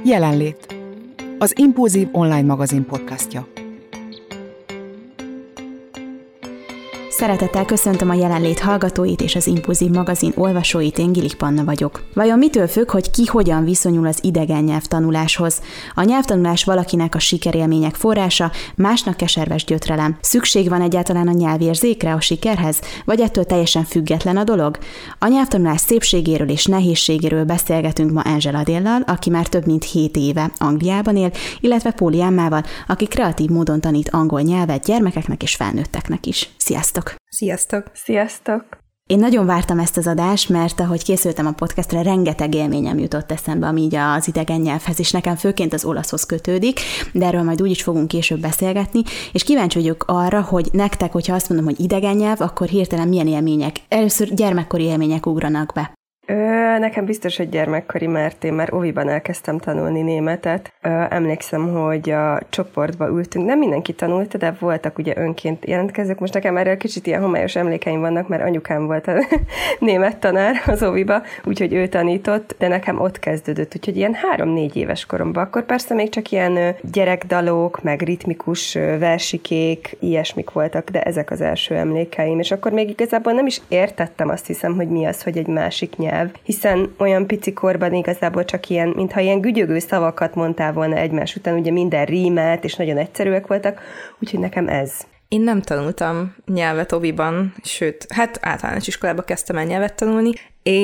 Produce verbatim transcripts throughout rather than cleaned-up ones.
Jelenlét. Az Impulzív online magazin podcastja. Szeretettel köszöntöm a Jelenlét hallgatóit és az Impulzív magazin olvasóit, én Gilik Panna vagyok. Vajon mitől függ, hogy ki hogyan viszonyul az idegen nyelvtanuláshoz? A nyelvtanulás valakinek a sikerélmények forrása, másnak keserves gyötrelem. Szükség van egyáltalán a nyelvérzékre, a sikerhez? Vagy ettől teljesen független a dolog? A nyelvtanulás szépségéről és nehézségéről beszélgetünk ma Angela Adéllal, aki már több mint hét éve Angliában él, illetve Póli Emmával, aki kreatív módon tanít angol nyelvet gyermekeknek és felnőtteknek is. Sziasztok! Sziasztok! Sziasztok! Én nagyon vártam ezt az adást, mert ahogy készültem a podcastra, rengeteg élményem jutott eszembe, ami így az idegen nyelvhez, és nekem főként az olaszhoz kötődik, de erről majd úgyis fogunk később beszélgetni, és kíváncsi vagyok arra, hogy nektek, hogyha azt mondom, hogy idegen nyelv, akkor hirtelen milyen élmények, először gyermekkori élmények ugranak be. Ö, nekem biztos, hogy gyermekkori, mert én már óviban elkezdtem tanulni németet. Ö, emlékszem, hogy a csoportba ültünk, nem mindenki tanulta, de voltak ugye önként jelentkezők. Most nekem erről kicsit ilyen homályos emlékeim vannak, mert anyukám volt a német tanár az óviba, úgyhogy ő tanított, de nekem ott kezdődött, úgyhogy ilyen három-négy éves koromban. Akkor persze még csak ilyen gyerekdalok, meg ritmikus versikék, ilyesmik voltak, de ezek az első emlékeim, és akkor még igazából nem is értettem, azt hiszem, hogy mi az, hogy egy másik nyelv, hiszen olyan pici korban igazából csak ilyen, mintha ilyen gügyögő szavakat mondtál volna egymás után, ugye minden rímelt, és nagyon egyszerűek voltak, úgyhogy nekem ez. Én nem tanultam nyelvet óviban, sőt, hát általános iskolába kezdtem el nyelvet tanulni,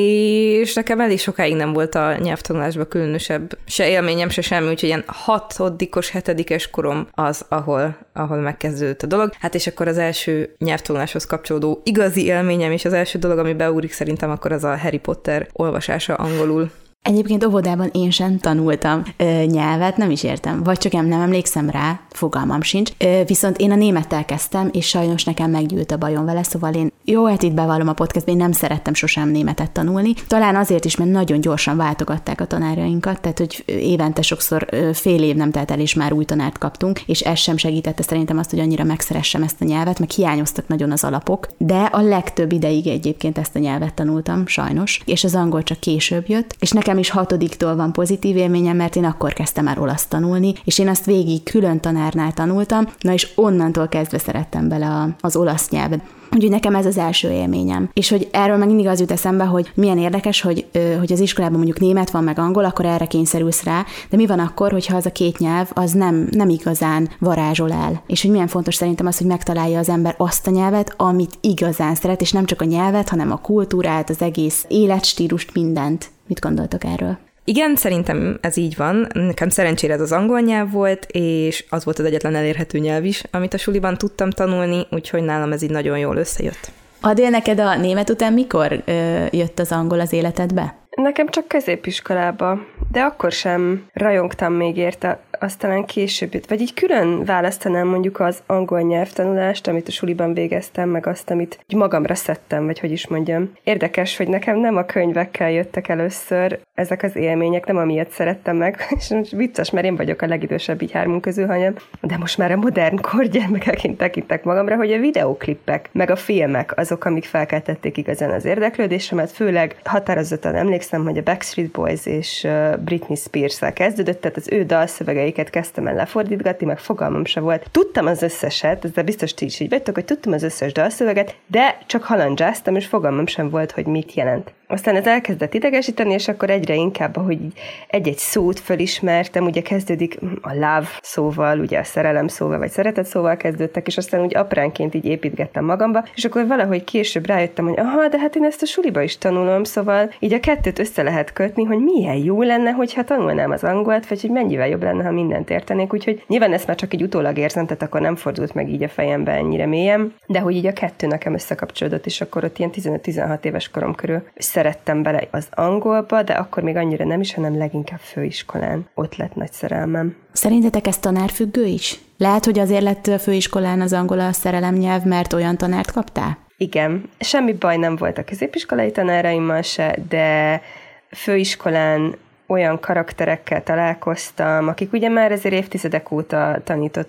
és nekem elég sokáig nem volt a nyelvtanulásban különösebb se élményem, se semmi, úgyhogy ilyen hatodikos, hetedikes korom az, ahol, ahol megkezdődött a dolog. Hát és akkor az első nyelvtanuláshoz kapcsolódó igazi élményem, és az első dolog, ami beúrik szerintem, akkor az a Harry Potter olvasása angolul. Egyébként óvodában én sem tanultam ö, nyelvet, nem is értem, vagy csak nem, nem emlékszem rá, fogalmam sincs. Ö, viszont én a némettel kezdtem, és sajnos nekem meggyűlt a bajom vele, szóval én, jó, hát itt bevallom a podcastban, én nem szerettem sosem németet tanulni. Talán azért is, mert nagyon gyorsan váltogatták a tanárainkat, tehát hogy évente sokszor ö, fél év nem telt el, és már új tanárt kaptunk, és ez sem segítette szerintem azt, hogy annyira megszeressem ezt a nyelvet, meg hiányoztak nagyon az alapok, de a legtöbb ideig egyébként ezt a nyelvet tanultam, sajnos, és az angol csak később jött, és nekem is hatodiktól van pozitív élményem, mert én akkor kezdtem már olasz tanulni, és én azt végig külön tanárnál tanultam, na és onnantól kezdve szerettem bele az olasz nyelvet. Úgyhogy nekem ez az első élményem. És hogy erről meg mindig az jut eszembe, hogy milyen érdekes, hogy, hogy az iskolában mondjuk német van, meg angol, akkor erre kényszerülsz rá, de mi van akkor, hogyha az a két nyelv az nem, nem igazán varázsol el. És hogy milyen fontos szerintem az, hogy megtalálja az ember azt a nyelvet, amit igazán szeret, és nem csak a nyelvet, hanem a kultúrát, az egész életstílust, mindent. Mit gondoltok erről? Igen, szerintem ez így van. Nekem szerencsére ez az angol nyelv volt, és az volt az egyetlen elérhető nyelv is, amit a suliban tudtam tanulni, úgyhogy nálam ez így nagyon jól összejött. Adél, neked a német után mikor ö, jött az angol az életedbe? Nekem csak középiskolába, de akkor sem rajongtam még érte, azt talán később jött. Vagy így külön választanám mondjuk az angol nyelvtanulást, amit a suliban végeztem, meg azt, amit magamra szedtem, vagy hogy is mondjam. Érdekes, hogy nekem nem a könyvekkel jöttek először ezek az élmények, nem amiatt szerettem meg, és most vicces, mert én vagyok a legidősebb így hármunk közül, hanem, de most már a modern korgyermekeként tekintek magamra, hogy a videóklippek, meg a filmek azok, amik felkeltették igazán az érdeklődésemet, főleg határozottan emlékszem, hogy a Backstreet Boys és Britney Spears-szel kezdődött, tehát az ő dalszövegeiket kezdtem el lefordítgatni, meg fogalmam se volt. Tudtam az összeset, de biztos ti is így vagytok, hogy tudtam az összes dalszöveget, de csak halandzsáztam, és fogalmam sem volt, hogy mit jelent. Aztán ez elkezdett idegesíteni, és akkor egyre inkább, ahogy egy-egy szót fölismertem, ugye kezdődik a love szóval, ugye a szerelem szóval, vagy szeretet szóval kezdődtek, és aztán úgy apránként így építgettem magamba, és akkor valahogy később rájöttem, hogy aha, de hát én ezt a suliba is tanulom, szóval így a kettőt össze lehet kötni, hogy milyen jó lenne, hogyha tanulnám az angolt, vagy hogy mennyivel jobb lenne, ha mindent értenék, úgyhogy nyilván ezt már csak egy utólag érzem, tehát akkor nem fordult meg így a fejembe ennyire mélyen, de hogy így a kettő nekem összekapcsolódott, és akkor ott ilyen tizenöt-tizenhat éves korom körül szerettem bele az angolba, de akkor még annyira nem is, hanem leginkább főiskolán. Ott lett nagy szerelmem. Szerintetek ez tanárfüggő is? Lehet, hogy azért lett a főiskolán az angol a szerelemnyelv, mert olyan tanárt kaptál? Igen. Semmi baj nem volt a középiskolai tanáraimmal se, de főiskolán olyan karakterekkel találkoztam, akik ugye már ezért évtizedek óta tanítottak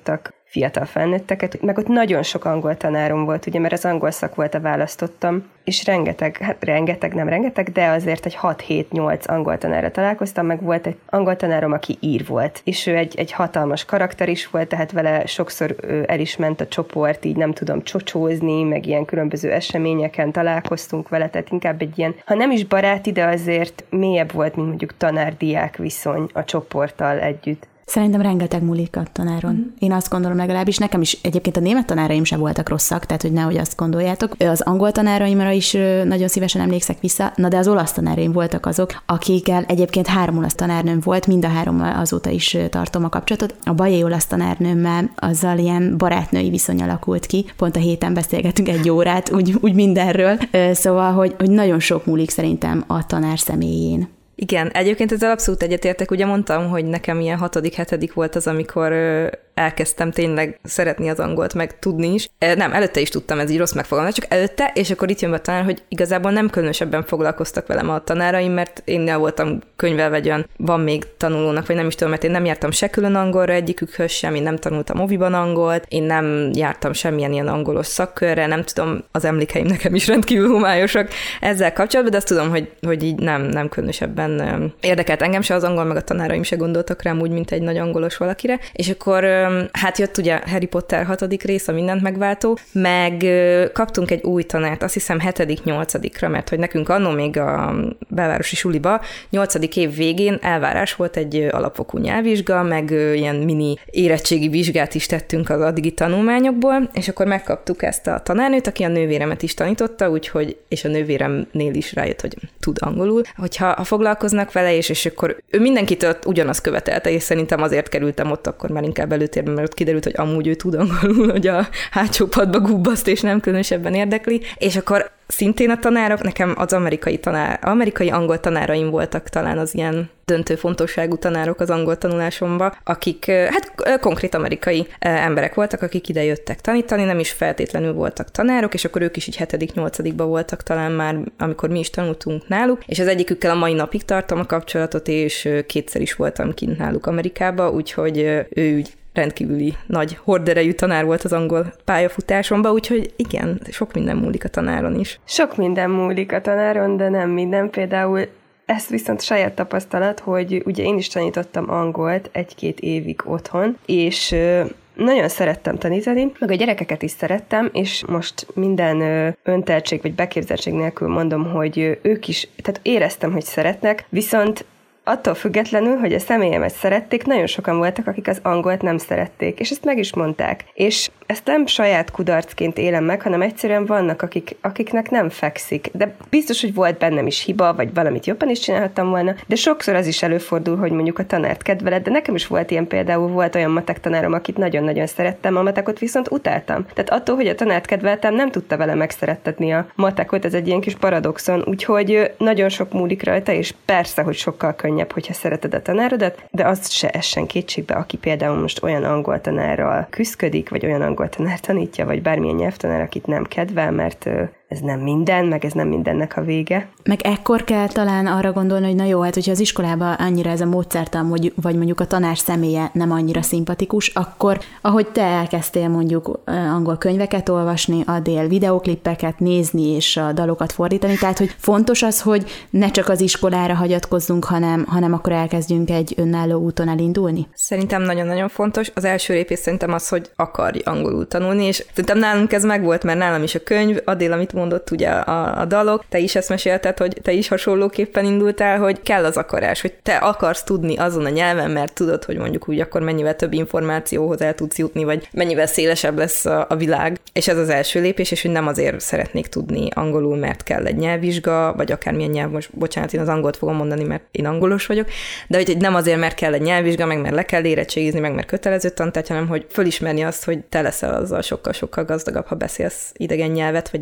fiatal felnőtteket, meg ott nagyon sok angol tanárom volt, ugye, mert az angol szak volt a választottam, és rengeteg, hát rengeteg, nem rengeteg, de azért egy hat-hét-nyolc angol tanárra találkoztam, meg volt egy angol tanárom, aki ír volt, és ő egy, egy hatalmas karakter is volt, tehát vele sokszor el is ment a csoport, így nem tudom csocsózni, meg ilyen különböző eseményeken találkoztunk vele, tehát inkább egy ilyen, ha nem is baráti, de azért mélyebb volt, mint mondjuk tanár-diák viszony a csoporttal együtt. Szerintem rengeteg múlik a tanáron. Mm. Én azt gondolom legalábbis, nekem is egyébként a német tanáraim sem voltak rosszak, tehát hogy nehogy azt gondoljátok. Az angol tanáraimra is nagyon szívesen emlékszek vissza, na de az olasz tanáraim voltak azok, akikkel egyébként három olasz tanárnőm volt, mind a hárommal azóta is tartom a kapcsolatot. A bajai olasz tanárnőmmel azzal ilyen barátnői viszony alakult ki. Pont a héten beszélgetünk egy órát, úgy, úgy mindenről. Szóval, hogy, hogy nagyon sok múlik szerintem a tanár személyén. Igen, egyébként ezzel abszolút egyetértek, ugye mondtam, hogy nekem ilyen hatodik, hetedik volt az, amikor ö, elkezdtem tényleg szeretni az angolt, meg tudni is. E, nem, előtte is tudtam, ez így rossz megfogalmaz, csak előtte, és akkor itt jön be a tanár, hogy igazából nem különösebben foglalkoztak velem a tanáraim, mert én el voltam könyvvel, vagy olyan van még tanulónak, vagy nem is tudom, mert én nem jártam se külön angolra egyikükhöz sem, én nem tanultam oviban angolt, én nem jártam semmilyen ilyen angolos szakkörre, nem tudom, az emlékeim nekem is rendkívül homályosak ezzel kapcsolatban, de azt tudom, hogy, hogy így nem, nem különösebben érdekelt engem se az angol, meg a tanáraim se gondoltak rám úgy, mint egy nagy angolos valakire. És akkor hát jött ugye Harry Potter hatodik rész, a mindent megváltó, meg kaptunk egy új tanárt, azt hiszem hetedik-nyolcadikra, mert hogy nekünk annó még a belvárosi suliba nyolcadik év végén elvárás volt egy alapfokú nyelvvizsga, meg ilyen mini érettségi vizsgát is tettünk az addigi tanulmányokból, és akkor megkaptuk ezt a tanárnőt, aki a nővéremet is tanította, úgyhogy, és a nővéremnél is rájött, hogy tud angolul, hogyha ha foglalkoznak vele, és, és akkor ő mindenkitől ugyanazt követelte, és szerintem azért kerültem ott akkor már inkább előtérben, mert ott kiderült, hogy amúgy ő tud angolul, hogy a hátsó padba gubbaszt, és nem különösebben érdekli, és akkor szintén a tanárok, nekem az amerikai tanár, amerikai angol tanáraim voltak talán az ilyen döntő fontosságú tanárok az angol tanulásomba, akik hát konkrét amerikai emberek voltak, akik ide jöttek tanítani, nem is feltétlenül voltak tanárok, és akkor ők is így hetedik-nyolcadikba voltak talán már, amikor mi is tanultunk náluk, és az egyikükkel a mai napig tartom a kapcsolatot, és kétszer is voltam kint náluk Amerikába, úgyhogy ő úgy rendkívüli nagy horderejű tanár volt az angol pályafutásomban, úgyhogy igen, sok minden múlik a tanáron is. Sok minden múlik a tanáron, de nem minden. Például ez viszont saját tapasztalat, hogy ugye én is tanítottam angolt egy-két évig otthon, és nagyon szerettem tanítani, meg a gyerekeket is szerettem, és most minden önteltség vagy beképzeltség nélkül mondom, hogy ők is, tehát éreztem, hogy szeretnek, viszont attól függetlenül, hogy a személyemet szerették, nagyon sokan voltak, akik az angolt nem szerették, és ezt meg is mondták. És ezt nem saját kudarcként élem meg, hanem egyszerűen vannak, akik, akiknek nem fekszik. De biztos, hogy volt bennem is hiba, vagy valamit jobban is csinálhattam volna, de sokszor az is előfordul, hogy mondjuk a tanárt kedveled, de nekem is volt ilyen, például volt olyan matek tanárom, akit nagyon-nagyon szerettem, a matekot viszont utáltam. Tehát attól, hogy a tanárt kedveltem, nem tudta vele megszerettetni a matekot, ez egy ilyen kis paradoxon, úgyhogy nagyon sok múlik rajta, és persze, hogy sokkal könnyebb, hogyha szereted a tanárodat, de azt se essen kétségbe, aki például most olyan angol tanárral küszködik, vagy olyan angol tanár tanítja, vagy bármilyen nyelvtanár, akit nem kedvel, mert ez nem minden, meg ez nem mindennek a vége. Meg ekkor kell talán arra gondolni, hogy na jó, hát hogyha az iskolában annyira ez a módszertan, vagy mondjuk a tanár személye nem annyira szimpatikus, akkor ahogy te elkezdtél mondjuk angol könyveket olvasni, adél videóklippeket nézni, és a dalokat fordítani, tehát hogy fontos az, hogy ne csak az iskolára hagyatkozzunk, hanem, hanem akkor elkezdjünk egy önálló úton elindulni? Szerintem nagyon-nagyon fontos. Az első lépés szerintem az, hogy akarj angolul tanulni, és szerintem nálunk ez megvolt, mert nálam is a könyv, Adél, amit mondott ugye a, a dalok, te is ezt mesélted, hogy te is hasonlóképpen indultál, hogy kell az akarás, hogy te akarsz tudni azon a nyelven, mert tudod, hogy mondjuk úgy akkor mennyivel több információhoz el tudsz jutni, vagy mennyivel szélesebb lesz a, a világ. És ez az első lépés, és hogy nem azért szeretnék tudni angolul, mert kell egy nyelvvizsga, vagy akármilyen nyelv, most bocsánat, én az angolt fogom mondani, mert én angolos vagyok, de hogy nem azért, mert kell egy nyelvvizsga, meg mert le kell érettségizni, meg mert kötelező tantárgy, hanem hogy fölismerni azt, hogy te leszel azzal sokkal-sokkal gazdagabb, ha beszélsz idegen nyelvet vagy nyelveket.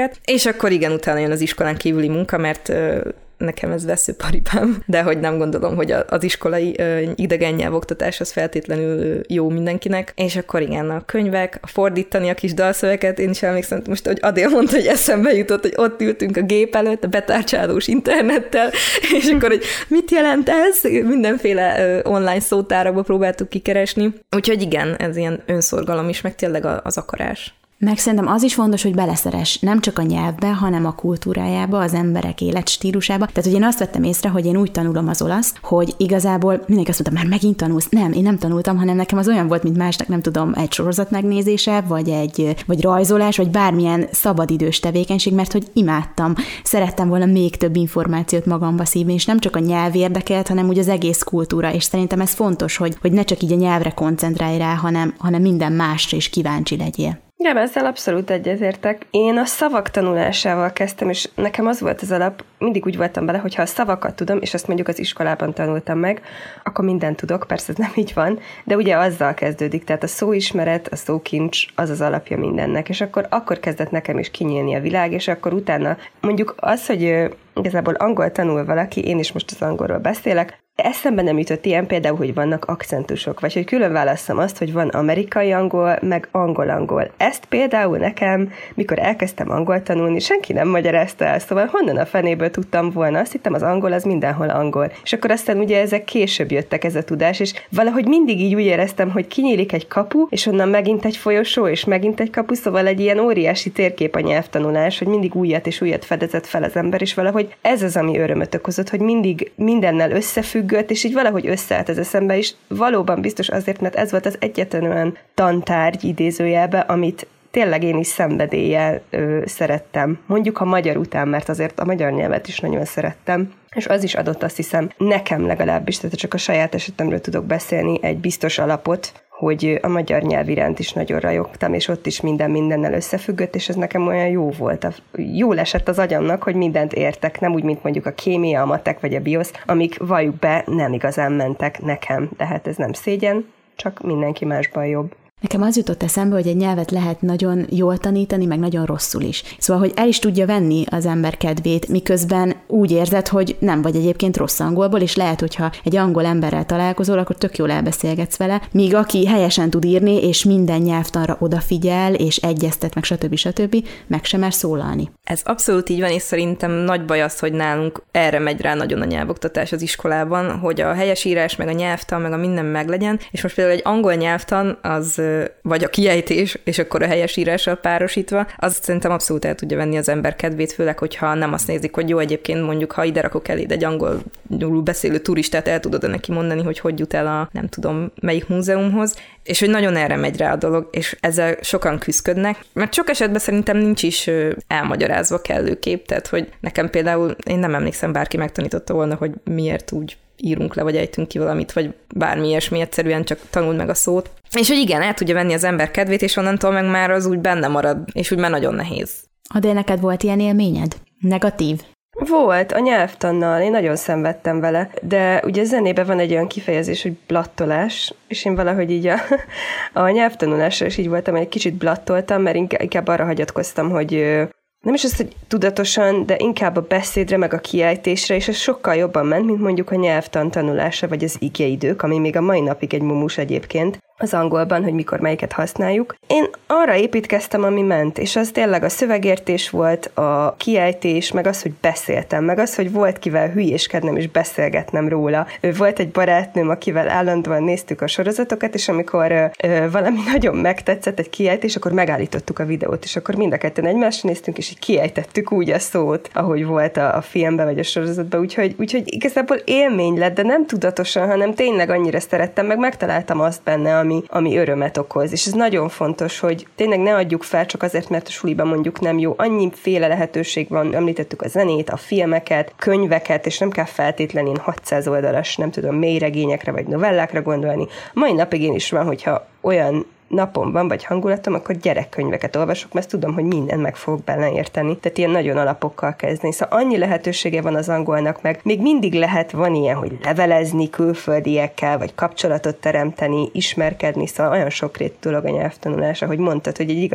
szövegeket, és akkor igen, utána jön az iskolán kívüli munka, mert nekem ez veszőparipám, de hogy nem gondolom, hogy az iskolai idegen nyelvoktatás az feltétlenül jó mindenkinek, és akkor igen, a könyvek, a fordítani a kis dalszöveket, én is emlékszem most, hogy Adél mondta, hogy eszembe jutott, hogy ott ültünk a gép előtt, a betárcsálós internettel, és akkor, hogy mit jelent ez? Mindenféle online szótárakba próbáltuk kikeresni. Úgyhogy igen, ez ilyen önszorgalom is, meg tényleg az akarás. Meg szerintem az is fontos, hogy beleszeres nem csak a nyelvbe, hanem a kultúrájába, az emberek életstílusába. Tehát, hogy én azt vettem észre, hogy én úgy tanulom az olaszt, hogy igazából mindenki azt mondta, már megint tanulsz. Nem, én nem tanultam, hanem nekem az olyan volt, mint másnak, nem tudom, egy sorozat megnézése, vagy egy vagy rajzolás, vagy bármilyen szabadidős tevékenység, mert hogy imádtam. Szerettem volna még több információt magamba szívni, és nem csak a nyelv érdekelt, hanem úgy az egész kultúra, és szerintem ez fontos, hogy, hogy ne csak így a nyelvre koncentrálj rá, hanem, hanem minden másra is kíváncsi legyél. Igen, ezzel abszolút egyetértek. Én a szavak tanulásával kezdtem, és nekem az volt az alap, mindig úgy voltam bele, hogy ha a szavakat tudom, és azt mondjuk az iskolában tanultam meg, akkor mindent tudok, persze ez nem így van, de ugye azzal kezdődik, tehát a szóismeret, a szókincs, az az alapja mindennek, és akkor, akkor kezdett nekem is kinyílni a világ, és akkor utána mondjuk az, hogy igazából angol tanul valaki, én is most az angolról beszélek, eszembe nem jutott ilyen például, hogy vannak akcentusok, vagy hogy külön válasszam azt, hogy van amerikai angol, meg angol-angol. Ezt például nekem, mikor elkezdtem angol tanulni, senki nem magyarázta el, szóval honnan a fenéből tudtam volna, azt hittem az angol az mindenhol angol. És akkor aztán ugye ezek később jöttek ez a tudás, és valahogy mindig így úgy éreztem, hogy kinyílik egy kapu, és onnan megint egy folyosó, és megint egy kapu, szóval egy ilyen óriási térkép a nyelvtanulás, hogy mindig újat és újat fedezett fel az ember, és valahogy ez az, ami örömöt okozott, hogy mindig mindennel összefügg, és így valahogy összeállt az eszembe is. Valóban biztos azért, mert ez volt az egyetlen olyan tantárgy idézőjelbe, amit tényleg én is szenvedéllyel ö, szerettem. Mondjuk a magyar után, mert azért a magyar nyelvet is nagyon szerettem. És az is adott, azt hiszem, nekem legalábbis, tehát csak a saját esetemről tudok beszélni, egy biztos alapot, hogy a magyar nyelv iránt is nagyon rajogtam, és ott is minden mindennel összefüggött, és ez nekem olyan jó volt. Jól esett az agyamnak, hogy mindent értek, nem úgy, mint mondjuk a kémia, a matek vagy a biosz, amik valljuk be, nem igazán mentek nekem. Tehát ez nem szégyen, csak mindenki másban jobb. Nekem az jutott eszembe, hogy egy nyelvet lehet nagyon jól tanítani, meg nagyon rosszul is. Szóval, hogy el is tudja venni az ember kedvét, miközben úgy érzed, hogy nem vagy egyébként rossz angolból, és lehet, hogyha egy angol emberrel találkozol, akkor tök jól elbeszélgetsz vele, míg aki helyesen tud írni, és minden nyelvtanra odafigyel, és egyeztet, meg stb. stb., meg sem mer szólalni. Ez abszolút így van, és szerintem nagy baj az, hogy nálunk erre megy rá nagyon a nyelvoktatás az iskolában, hogy a helyesírás, meg a nyelvtan, meg a minden meglegyen, és most például egy angol nyelvtan, az vagy a kiejtés, és akkor a helyesírással párosítva, az szerintem abszolút el tudja venni az ember kedvét, főleg, hogyha nem azt nézik, hogy jó, egyébként mondjuk, ha ide rakok eléd egy angolul beszélő turistát, el tudod neki mondani, hogy hogy jut el a nem tudom melyik múzeumhoz, és hogy nagyon erre megy rá a dolog, és ezzel sokan küzdködnek, mert sok esetben szerintem nincs is elmagyarázva kellőképp, tehát hogy nekem például, én nem emlékszem, bárki megtanította volna, hogy miért úgy írunk le, vagy ejtünk ki valamit, vagy bármi ilyesmi, egyszerűen csak tanuld meg a szót. És hogy igen, el tudja venni az ember kedvét, és onnantól meg már az úgy benne marad, és úgy már nagyon nehéz. Adél, neked volt ilyen élményed? Negatív? Volt, a nyelvtannal, én nagyon szenvedtem vele, de ugye zenében van egy olyan kifejezés, hogy blattolás, és én valahogy így a, a nyelvtanulásra is így voltam, hogy egy kicsit blattoltam, mert inkább arra hagyatkoztam, hogy nem is az, hogy tudatosan, de inkább a beszédre, meg a kiejtésre, és ez sokkal jobban ment, mint mondjuk a nyelvtan tanulása, vagy az igeidők, ami még a mai napig egy mumus egyébként, az angolban, hogy mikor melyiket használjuk. Én arra építkeztem, ami ment, és az tényleg a szövegértés volt, a kiejtés, meg az, hogy beszéltem, meg az, hogy volt kivel hülyéskednem és beszélgetnem róla. Volt egy barátnőm, akivel állandóan néztük a sorozatokat, és amikor ö, valami nagyon megtetszett, egy kiejtés, akkor megállítottuk a videót, és akkor mind a ketten egymásra néztünk, és így kiejtettük úgy a szót, ahogy volt a, a filmben vagy a sorozatban, úgyhogy, úgyhogy igazából élmény lett, de nem tudatosan, hanem tényleg annyira szerettem, meg megtaláltam azt benne, ami, ami örömet okoz. És ez nagyon fontos, hogy tényleg ne adjuk fel csak azért, mert a suliban mondjuk nem jó. Annyiféle lehetőség van, említettük a zenét, a filmeket, könyveket, és nem kell feltétlenül hatszáz oldalas, nem tudom, mélyregényekre vagy novellákra gondolni. Mai napig én is van, hogyha olyan napom van, vagy hangulatom, akkor gyerekkönyveket olvasok, mert tudom, hogy mindent meg fogok benne érteni. Tehát ilyen nagyon alapokkal kezdeni. Szóval annyi lehetősége van az angolnak, meg még mindig lehet, van ilyen, hogy levelezni külföldiekkel, vagy kapcsolatot teremteni, ismerkedni, szóval olyan sokrét dolog a nyelvtanulás, ahogy mondtad, hogy egy igazi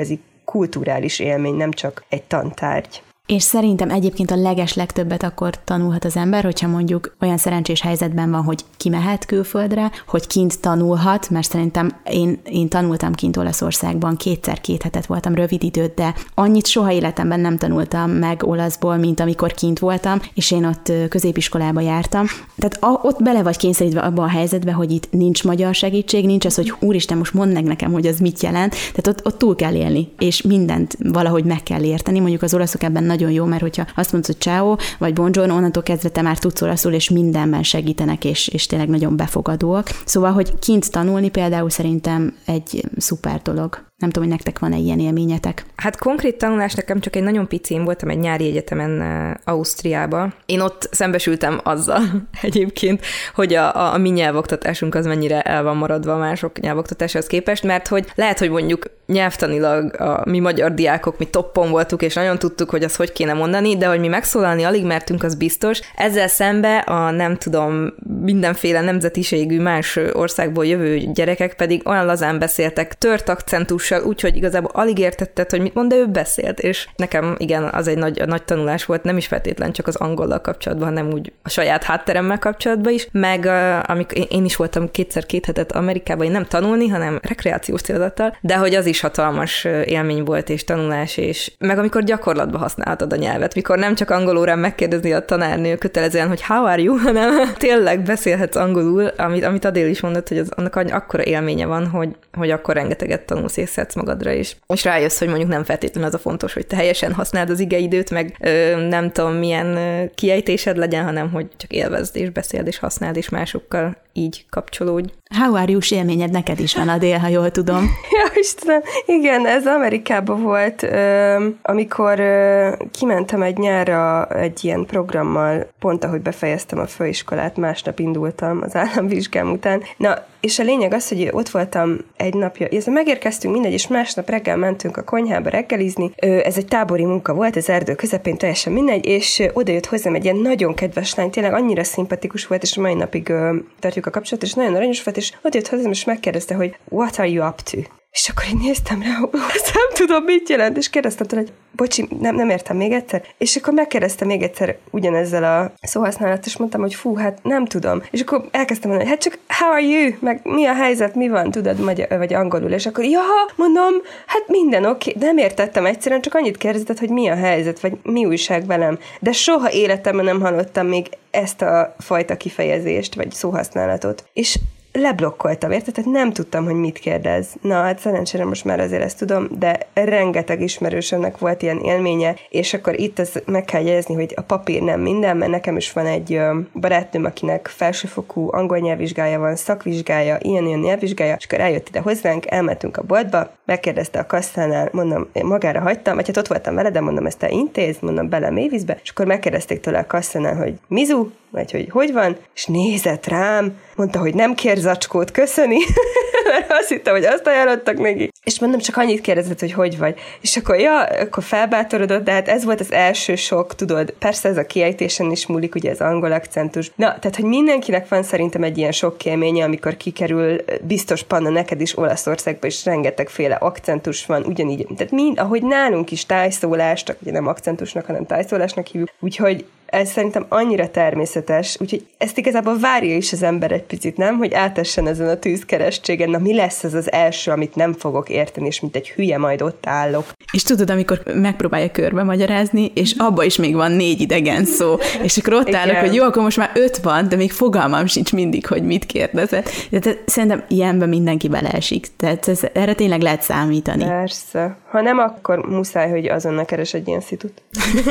kulturális élmény, nem csak egy tantárgy. És szerintem egyébként a leges legtöbbet akkor tanulhat az ember, hogyha mondjuk olyan szerencsés helyzetben van, hogy kimehet külföldre, hogy kint tanulhat, mert szerintem én, én tanultam kint Olaszországban, kétszer két hetet voltam, rövid időt, de annyit soha életemben nem tanultam meg olaszból, mint amikor kint voltam, és én ott középiskolába jártam. Tehát a, ott bele vagy kényszerítve abban a helyzetbe, hogy itt nincs magyar segítség, nincs az, hogy úristen, most mondd meg nekem, hogy az mit jelent. Tehát ott, ott túl kell élni, és mindent valahogy meg kell érteni. Mondjuk az olaszok ebben nagyon jó, mert hogyha azt mondod, hogy ciao, vagy buongiorno, onnantól kezdve te már tudsz olaszul, és mindenben segítenek, és, és tényleg nagyon befogadóak. Szóval, hogy kint tanulni például szerintem egy szuper dolog. Nem tudom, hogy nektek van-e ilyen élményetek. Hát konkrét tanulás nekem csak egy nagyon pici, én voltam egy nyári egyetemen Ausztriába. Én ott szembesültem azzal egyébként, hogy a, a, a mi nyelvoktatásunk az mennyire el van maradva mások nyelvoktatáshoz képest, mert hogy lehet, hogy mondjuk nyelvtanilag a mi magyar diákok, mi toppon voltuk, és nagyon tudtuk, hogy azt hogy kéne mondani, de hogy mi megszólalni alig mertünk, az biztos. Ezzel szembe a nem tudom, mindenféle nemzetiségű más országból jövő gyerekek pedig olyan lazán beszéltek, tört akcentus, úgyhogy igazából alig értetted, hogy mit mond, de ő beszélt, és nekem igen, az egy nagy, nagy tanulás volt, nem is feltétlen csak az angollal kapcsolatban, hanem úgy a saját hátteremmel kapcsolatban is, meg uh, amikor én is voltam kétszer két hetet Amerikában, én nem tanulni, hanem rekreációs célzattal, de hogy az is hatalmas élmény volt, és tanulás, és meg amikor gyakorlatban használhatod a nyelvet, mikor nem csak angol órán megkérdezni a tanárnő kötelezően, hogy how are you, hanem tényleg beszélhetsz angolul, amit, amit Adél is mondott, hogy az, annak akkora élménye van, hogy, hogy akkor rengeteget tanulsz, szedsz magadra is. És rájössz, hogy mondjuk nem feltétlenül az a fontos, hogy te helyesen használd az igeidőt, meg ö, nem tudom, milyen ö, kiejtésed legyen, hanem hogy csak élvezd és beszéld és használd, és másokkal így kapcsolódj. How are you-s élményed neked is van, Adél, ha jól tudom. Ja, Istenem, igen, ez Amerikában volt, ö, amikor ö, kimentem egy nyárra egy ilyen programmal, pont ahogy befejeztem a főiskolát, másnap indultam az államvizsgám után. Na, és a lényeg az, hogy ott voltam egy napja, ezzel megérkeztünk, mindegy, és másnap reggel mentünk a konyhába reggelizni. Ez egy tábori munka volt, az erdő közepén, teljesen mindegy, és oda jött hozzám egy ilyen nagyon kedves lány, tényleg annyira szimpatikus volt, és mai napig ö, tartjuk a kapcsolatot, és nagyon aranyos volt, és oda jött hozzám, és megkérdezte, hogy what are you up to? És akkor így néztem rá, azt nem tudom, mit jelent, és kérdeztem tőle, hogy bocsi, nem, nem értem még egyszer. És akkor megkérdeztem még egyszer ugyanezzel a szóhasználat, és mondtam, hogy fú, hát nem tudom. És akkor elkezdtem mondani, hogy hát csak how are you? Meg mi a helyzet, mi van, tudod, magyar, vagy angolul. És akkor, ja, mondom, hát minden oké. Okay. Nem értettem egyszerűen, csak annyit kérdezett, hogy mi a helyzet, vagy mi újság velem. De soha életemben nem hallottam még ezt a fajta kifejezést, vagy szóhasználatot. És leblokkoltam, érted? Tehát nem tudtam, hogy mit kérdez. Na, hát szerencsére most már azért ezt tudom, de rengeteg ismerősömnek volt ilyen élménye, és akkor itt az meg kell jegyezni, hogy a papír nem minden, mert nekem is van egy barátnőm, akinek felsőfokú angol nyelvvizsgája van, szakvizsgája, ilyen-ilyen nyelvvizsgája, és akkor eljött ide hozzánk, elmentünk a boltba, megkérdezte a kasszánál, mondom, én magára hagytam, vagy hát ott voltam vele, de mondom, ezt te intéz, mondom, bele mélyvízbe, és akkor megkérdezték tőle a kasszánál, hogy mizu, vagy hogy hogy van, és nézett rám, mondta, hogy nem kér zacskót köszöni, mert azt hittem, hogy azt ajánlottak neki. És mondom, csak annyit kérdezett, hogy hogy vagy. És akkor, ja, akkor felbátorodott, de hát ez volt az első sok, tudod, persze ez a kiejtésen is múlik, ugye az angol akcentus. Na, tehát, hogy mindenkinek van szerintem egy ilyen sok élménye, amikor kikerül, biztos Panna, neked is Olaszországban is rengetegféle akcentus van, ugyanígy. Tehát mind, ahogy nálunk is tájszólás, csak ugye nem akcentusnak, hanem tájszólásnak hívjuk, úgyhogy ez szerintem annyira természetes, úgyhogy ezt igazából várja is az ember egy picit, nem? Hogy átessen ezen a tűzkeresztségen, na mi lesz ez az első, amit nem fogok érteni, és mint egy hülye majd ott állok. És tudod, amikor megpróbálja körbe magyarázni, és abba is még van négy idegen szó, és akkor ott állok, hogy jó, akkor most már öt van, de még fogalmam sincs mindig, hogy mit kérdezett. De szerintem ilyenben mindenki beleesik, tehát ez, erre tényleg lehet számítani. Persze. Ha nem, akkor muszáj, hogy azonnal keres egy ilyen szitut.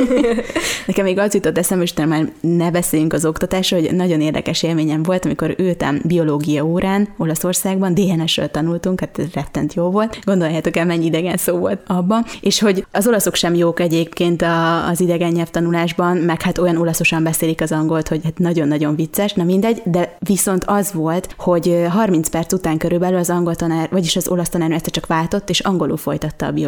Nekem még az jutott eszembe, és már ne beszéljünk az oktatásról, hogy nagyon érdekes élményem volt, amikor ültem biológia órán Olaszországban, dé en es-ről tanultunk, hát ez rettent jó volt. Gondoljátok el, mennyi idegen szó volt abban. És hogy az olaszok sem jók egyébként a, az idegen nyelvtanulásban, meg hát olyan olaszosan beszélik az angolt, hogy hát nagyon-nagyon vicces, na mindegy, de viszont az volt, hogy harminc perc után körülbelül az angol tanár, vagyis az olasz tanár egyszer csak váltott, és angolul folytatta a biológia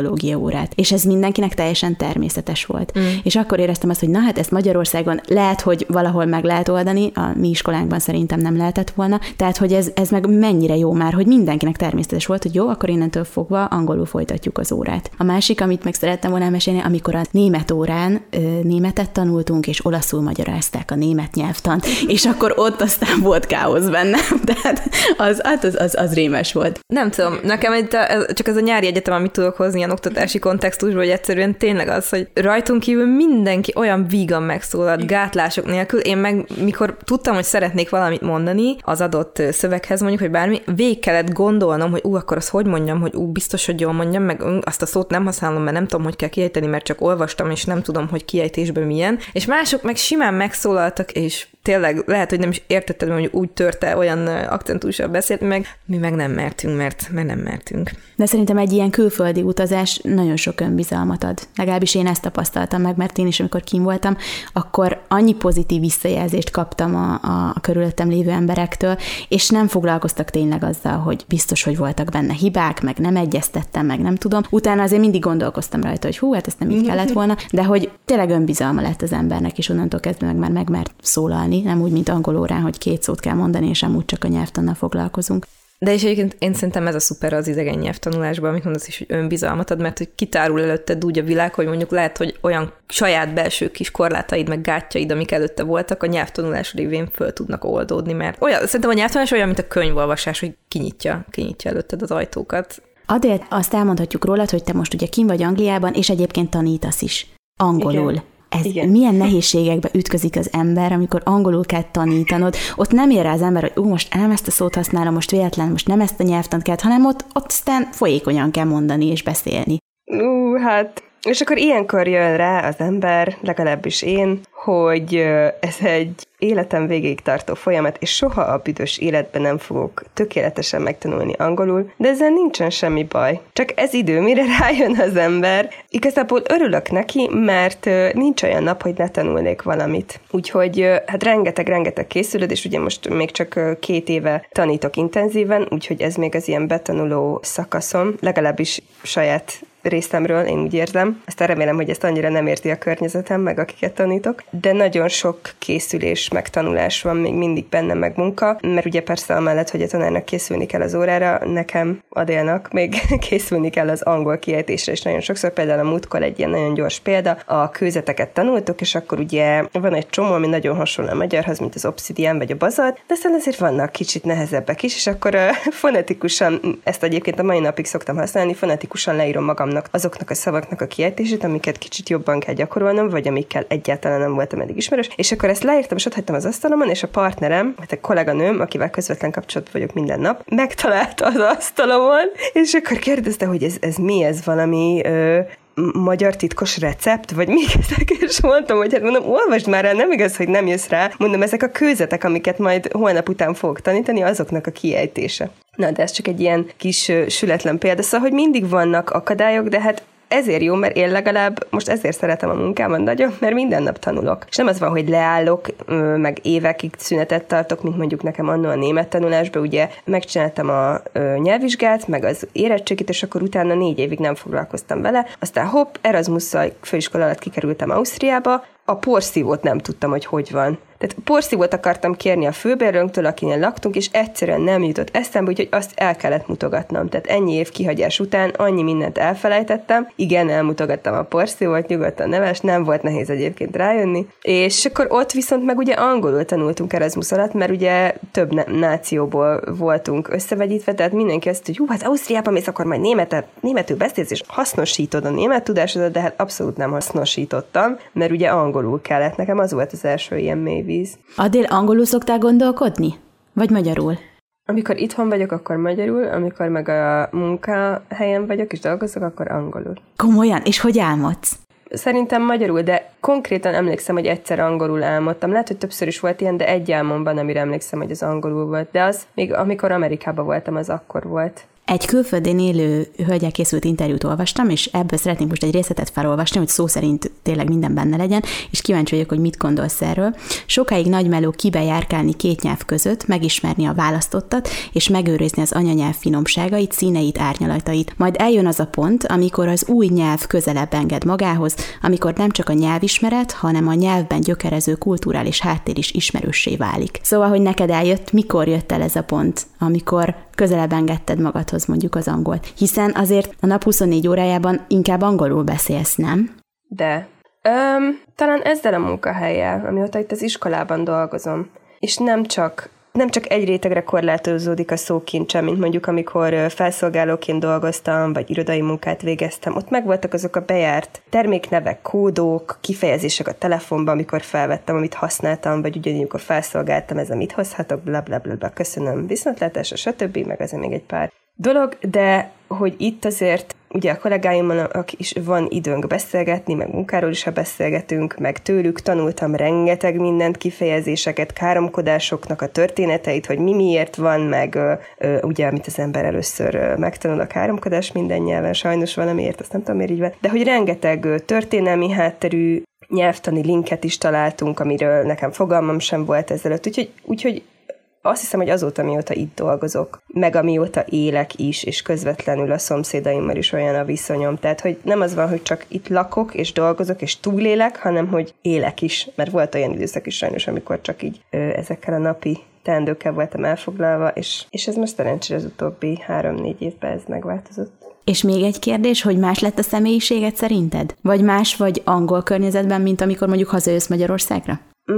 biológia órát. És ez mindenkinek teljesen természetes volt. Mm. És akkor éreztem azt, hogy na hát ezt Magyarországon lehet, hogy valahol meg lehet oldani, a mi iskolánkban szerintem nem lehetett volna, tehát hogy ez, ez meg mennyire jó már, hogy mindenkinek természetes volt, hogy jó, akkor innentől fogva angolul folytatjuk az órát. A másik, amit meg szerettem volna elmesélni, amikor a német órán ö, németet tanultunk, és olaszul magyarázták a német nyelvtant, és akkor ott aztán volt káosz benne, tehát az, az, az, az rémes volt. Nem tudom, nekem egy, csak ez a nyári egyetem, amit tudok hozni ilyen oktatási kontextusból, hogy egyszerűen tényleg az, hogy rajtunk kívül mindenki olyan vígan megszólalt, gátlások nélkül. Én meg, mikor tudtam, hogy szeretnék valamit mondani az adott szöveghez, mondjuk, hogy bármi, végig kellett gondolnom, hogy ú, akkor azt hogy mondjam, hogy ú, biztos, hogy jól mondjam, meg azt a szót nem használom, mert nem tudom, hogy kell kiejteni, mert csak olvastam, és nem tudom, hogy kiejtésben milyen. És mások meg simán megszólaltak, és tényleg lehet, hogy nem is értetted, hogy úgy törte, olyan akcentussal beszélt, meg mi meg nem mertünk, mert, mert nem mertünk. De szerintem egy ilyen külföldi utazás nagyon sok önbizalmat ad. Legalábbis én ezt tapasztaltam meg, mert én is, amikor kint voltam, akkor annyi pozitív visszajelzést kaptam a, a körülöttem lévő emberektől, és nem foglalkoztak tényleg azzal, hogy biztos, hogy voltak benne hibák, meg nem egyeztettem, meg nem tudom. Utána azért mindig gondolkoztam rajta, hogy hú, hát ezt nem így kellett volna, de hogy tényleg önbizalma lett az embernek, és onnantól kezdve meg már megmert szólalni, nem úgy, mint angol órán, hogy két szót kell mondani, és amúgy csak a nyelvtannal foglalkozunk. De és egyébként én szerintem ez a szuper az idegen nyelvtanulásban, amit mondasz is, hogy önbizalmat ad, mert hogy kitárul előtted úgy a világ, hogy mondjuk lehet, hogy olyan saját belső kis korlátaid, meg gátjaid, amik előtte voltak, a nyelvtanulás révén föl tudnak oldódni, mert olyan, szerintem a nyelvtanulás olyan, mint a könyvolvasás, hogy kinyitja, kinyitja előtted az ajtókat. Adél, azt elmondhatjuk rólad, hogy te most ugye kint vagy Angliában, és egyébként tanítasz is angolul. Igen. Ez Igen. milyen nehézségekbe ütközik az ember, amikor angolul kell tanítanod. Ott nem ér rá az ember, hogy ú, most nem ezt a szót használom, most véletlen, most nem ezt a nyelvtant kell, hanem ott, ott aztán folyékonyan kell mondani és beszélni. Ú, hát, és akkor ilyenkor jön rá az ember, legalábbis én, hogy ez egy életem végéig tartó folyamat, és soha a büdös életben nem fogok tökéletesen megtanulni angolul, de ezzel nincsen semmi baj. Csak ez idő, mire rájön az ember. Igazából örülök neki, mert nincs olyan nap, hogy ne tanulnék valamit. Úgyhogy hát rengeteg-rengeteg készülöd, és ugye most még csak két éve tanítok intenzíven, úgyhogy ez még az ilyen betanuló szakaszom, legalábbis saját részemről, én úgy érzem. Aztán remélem, hogy ezt annyira nem érti a környezetem, meg akiket tanítok, de nagyon sok készülés, meg tanulás van még mindig bennem, meg munka, mert ugye persze amellett, hogy a tanárnak készülni kell az órára, nekem, Adélnak még készülni kell az angol kiejtésre, és nagyon sokszor, például a múltkor egy ilyen nagyon gyors példa, a kőzeteket tanultuk, és akkor ugye van egy csomó, ami nagyon hasonló a magyarhoz, mint az obszidián vagy a bazalt, de aztán azért vannak kicsit nehezebbek is, és akkor uh, fonetikusan, ezt egyébként a mai napig szoktam használni, fonetikusan leírom magamnak azoknak a szavaknak a kiejtését, amiket kicsit jobban kell gyakorolnom, vagy amikkel egyáltalán nem voltam eddig ismerős, és akkor ezt leírtam, és ott hagytam az asztalomon, és a partnerem, hát a kolléganőm, akivel közvetlen kapcsolatban vagyok minden nap, megtalálta az asztalomon, és akkor kérdezte, hogy ez, ez mi, ez valami ö, magyar titkos recept, vagy mi ezek, és mondtam, hogy hát mondom, olvasd már el, nem igaz, hogy nem jössz rá, mondom, ezek a kőzetek, amiket majd holnap után fogok tanítani, azoknak a kiejtése. Na, de ez csak egy ilyen kis sületlen példa, szóval, hogy mindig vannak akadályok, de hát ezért jó, mert én legalább most ezért szeretem a munkámat nagyon, mert minden nap tanulok. És nem az van, hogy leállok, meg évekig szünetet tartok, mint mondjuk nekem annó a német tanulásban, ugye megcsináltam a nyelvvizsgát, meg az érettségit, és akkor utána négy évig nem foglalkoztam vele. Aztán hopp, Erasmusszal főiskola alatt kikerültem Ausztriába, a porszívót nem tudtam, hogy hogy van. Tehát porszívót akartam kérni a főbérlőnktől, akinél laktunk, és egyszerűen nem jutott eszembe, úgyhogy azt el kellett mutogatnom. Tehát ennyi év kihagyás után annyi mindent elfelejtettem. Igen, elmutogattam a porszívót, nyugodtan neves, nem volt nehéz egyébként rájönni. És akkor ott viszont meg ugye angolul tanultunk Erasmus alatt, mert ugye több nációból voltunk összevegyítve, tehát mindenki azt, hogy hú, hát Ausztriában mész, akkor majd németet, németül beszélsz, és hasznosítod a német tudásodat, de hát abszolút nem hasznosítottam, mert ugye angolul kellett. Nekem az volt az első ilyen mély víz. Adél, angolul szoktál gondolkodni? Vagy magyarul? Amikor itthon vagyok, akkor magyarul, amikor meg a munkahelyen vagyok és dolgozok, akkor angolul. Komolyan? És hogy álmodsz? Szerintem magyarul, de konkrétan emlékszem, hogy egyszer angolul álmodtam. Lehet, hogy többször is volt ilyen, de egy álmomban, amire emlékszem, hogy az angolul volt. De az, még amikor Amerikában voltam, az akkor volt. Egy külföldön élő hölgyel készült interjút olvastam, és ebből szeretnék most egy részletet felolvasni, hogy szó szerint tényleg minden benne legyen, és kíváncsi vagyok, hogy mit gondolsz erről. Sokáig nagy meló kibejárkálni két nyelv között, megismerni a választottat, és megőrizni az anyanyelv finomságait, színeit, árnyalatait. Majd eljön az a pont, amikor az új nyelv közelebb enged magához, amikor nem csak a nyelvismeret, hanem a nyelvben gyökerező kulturális háttér is ismerőssé válik. Szóval, hogy neked eljött, mikor jött el ez a pont, amikor közelebb engedted magadhoz mondjuk az angolt. Hiszen azért a nap huszonnégy órájában inkább angolul beszélsz, nem? De. Öm, talán ezzel a munkahellyel, amióta itt az iskolában dolgozom. És nem csak, nem csak egy rétegre korlátozódik a szókincsem, mint mondjuk amikor felszolgálóként dolgoztam, vagy irodai munkát végeztem. Ott megvoltak azok a bejárt terméknevek, kódok, kifejezések a telefonban, amikor felvettem, amit használtam, vagy ugyanígy, amikor felszolgáltam, ez a mit hozhatok, blablabla, bla, bla, köszönöm, viszontlátásra, stb., meg azért még egy pár dolog, de hogy itt azért ugye a kollégáimmal is van időnk beszélgetni, meg munkáról is, ha beszélgetünk, meg tőlük tanultam rengeteg mindent, kifejezéseket, káromkodásoknak a történeteit, hogy mi miért van, meg ö, ö, ugye, amit az ember először ö, megtanul a káromkodás minden nyelven, sajnos valamiért, azt nem tudom, miért így van, de hogy rengeteg ö, történelmi hátterű nyelvtani linket is találtunk, amiről nekem fogalmam sem volt ezelőtt, úgyhogy, úgyhogy azt hiszem, hogy azóta, mióta itt dolgozok, meg amióta élek is, és közvetlenül a szomszédaimmal is olyan a viszonyom. Tehát, hogy nem az van, hogy csak itt lakok, és dolgozok, és túlélek, hanem, hogy élek is. Mert volt olyan időszak is sajnos, amikor csak így ö, ezekkel a napi teendőkkel voltam elfoglalva, és, és ez most szerencsére az utóbbi három-négy évben ez megváltozott. És még egy kérdés, hogy más lett a személyiséged szerinted? Vagy más vagy angol környezetben, mint amikor mondjuk hazajössz Magyarországra?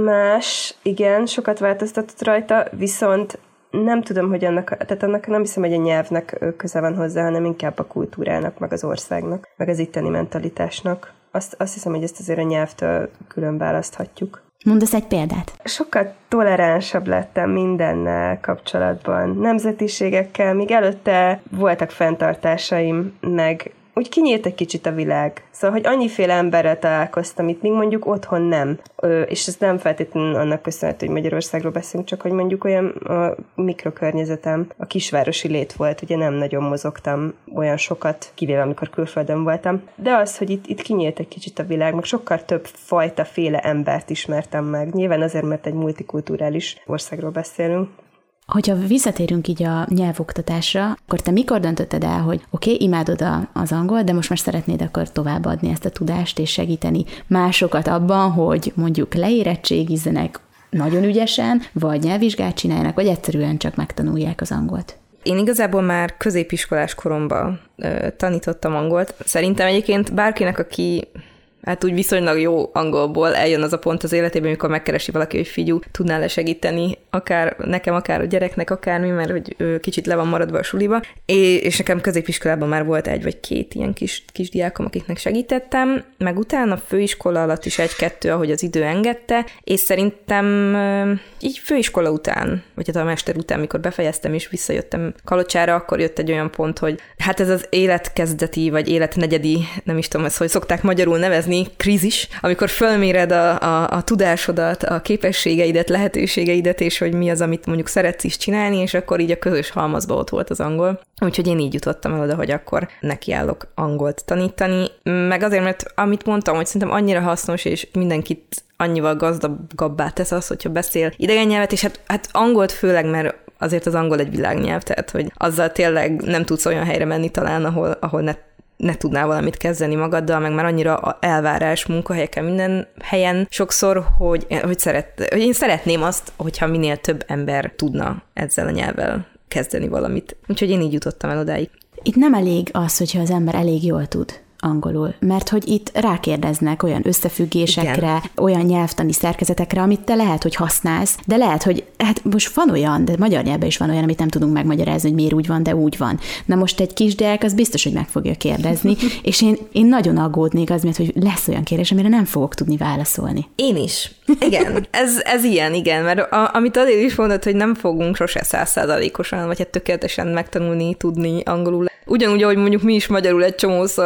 Más, igen, sokat változtatott rajta, viszont nem tudom, hogy annak, tehát annak nem hiszem, hogy a nyelvnek köze van hozzá, hanem inkább a kultúrának, meg az országnak, meg az itteni mentalitásnak. Azt, azt hiszem, hogy ezt azért a nyelvtől külön választhatjuk. Mondasz egy példát? Sokkal toleránsabb lettem mindennel kapcsolatban, nemzetiségekkel, míg előtte voltak fenntartásaim, meg úgy kinyílt egy kicsit a világ. Szóval, hogy annyiféle emberrel találkoztam itt, míg mondjuk otthon nem. Ö, és ez nem feltétlenül annak köszönhető, hogy Magyarországról beszélünk, csak hogy mondjuk olyan a mikrokörnyezetem, a kisvárosi lét volt, ugye nem nagyon mozogtam olyan sokat, kivéve amikor külföldön voltam. De az, hogy itt, itt kinyílt egy kicsit a világ, meg sokkal több fajta féle embert ismertem meg. Nyilván azért, mert egy multikulturális országról beszélünk. Hogyha visszatérünk így a nyelvoktatásra, akkor te mikor döntötted el, hogy oké, okay, imádod a, az angol, de most már szeretnéd akkor továbbadni ezt a tudást, és segíteni másokat abban, hogy mondjuk leérettségizzenek nagyon ügyesen, vagy nyelvvizsgát csináljanak, vagy egyszerűen csak megtanulják az angolt? Én igazából már középiskolás koromban ö, tanítottam angolt. Szerintem egyébként bárkinek, aki hát úgy viszonylag jó angolból eljön az a pont az életében, amikor megkeresi valaki, hogy figyú, tudnál-e segíteni, akár nekem, akár a gyereknek, akármi, mert hogy ő kicsit le van maradva a suliba. És nekem középiskolában már volt egy vagy két ilyen kis, kis diákom, akiknek segítettem, meg utána főiskola alatt is egy-kettő, ahogy az idő engedte, és szerintem így főiskola után, vagy hát a mester után, mikor befejeztem és visszajöttem Kalocsára, akkor jött egy olyan pont, hogy hát ez az életkezdeti, vagy életnegyedi, nem is tudom ezt, hogy szokták magyarul nevezni, krízis, amikor fölméred a, a, a tudásodat, a képességeidet, lehetőségeidet, és hogy mi az, amit mondjuk szeretsz is csinálni, és akkor így a közös halmazba ott volt az angol. Úgyhogy én így jutottam el oda, hogy akkor nekiállok angolt tanítani. Meg azért, mert amit mondtam, hogy szerintem annyira hasznos, és mindenkit annyival gazdagabbá tesz az, hogyha beszél idegen nyelvet, és hát, hát angolt főleg, mert azért az angol egy világnyelv, tehát hogy azzal tényleg nem tudsz olyan helyre menni talán, ahol, ahol ne ne tudnál valamit kezdeni magaddal, meg már annyira elvárás munkahelyeken minden helyen sokszor, hogy, hogy, szeret, hogy én szeretném azt, hogyha minél több ember tudna ezzel a nyelvvel kezdeni valamit. Úgyhogy én így jutottam el odáig. Itt nem elég az, hogyha az ember elég jól tud angolul, mert hogy itt rákérdeznek olyan összefüggésekre, igen, olyan nyelvtani szerkezetekre, amit te lehet, hogy használsz, de lehet, hogy hát most van olyan, de magyar nyelvben is van olyan, amit nem tudunk megmagyarázni, hogy miért úgy van, de úgy van. Na most egy kisgyerek az biztos, hogy meg fogja kérdezni, és én, én nagyon aggódnék az miatt, hogy lesz olyan kérdés, amire nem fogok tudni válaszolni. Én is. Igen, ez, ez ilyen, igen, mert a, amit azért is mondod, hogy nem fogunk sose százszázalékosan, vagy hát tökéletesen megtanulni, tudni angolul. Ugyanúgy, ahogy mondjuk mi is magyarul egy csomószor nem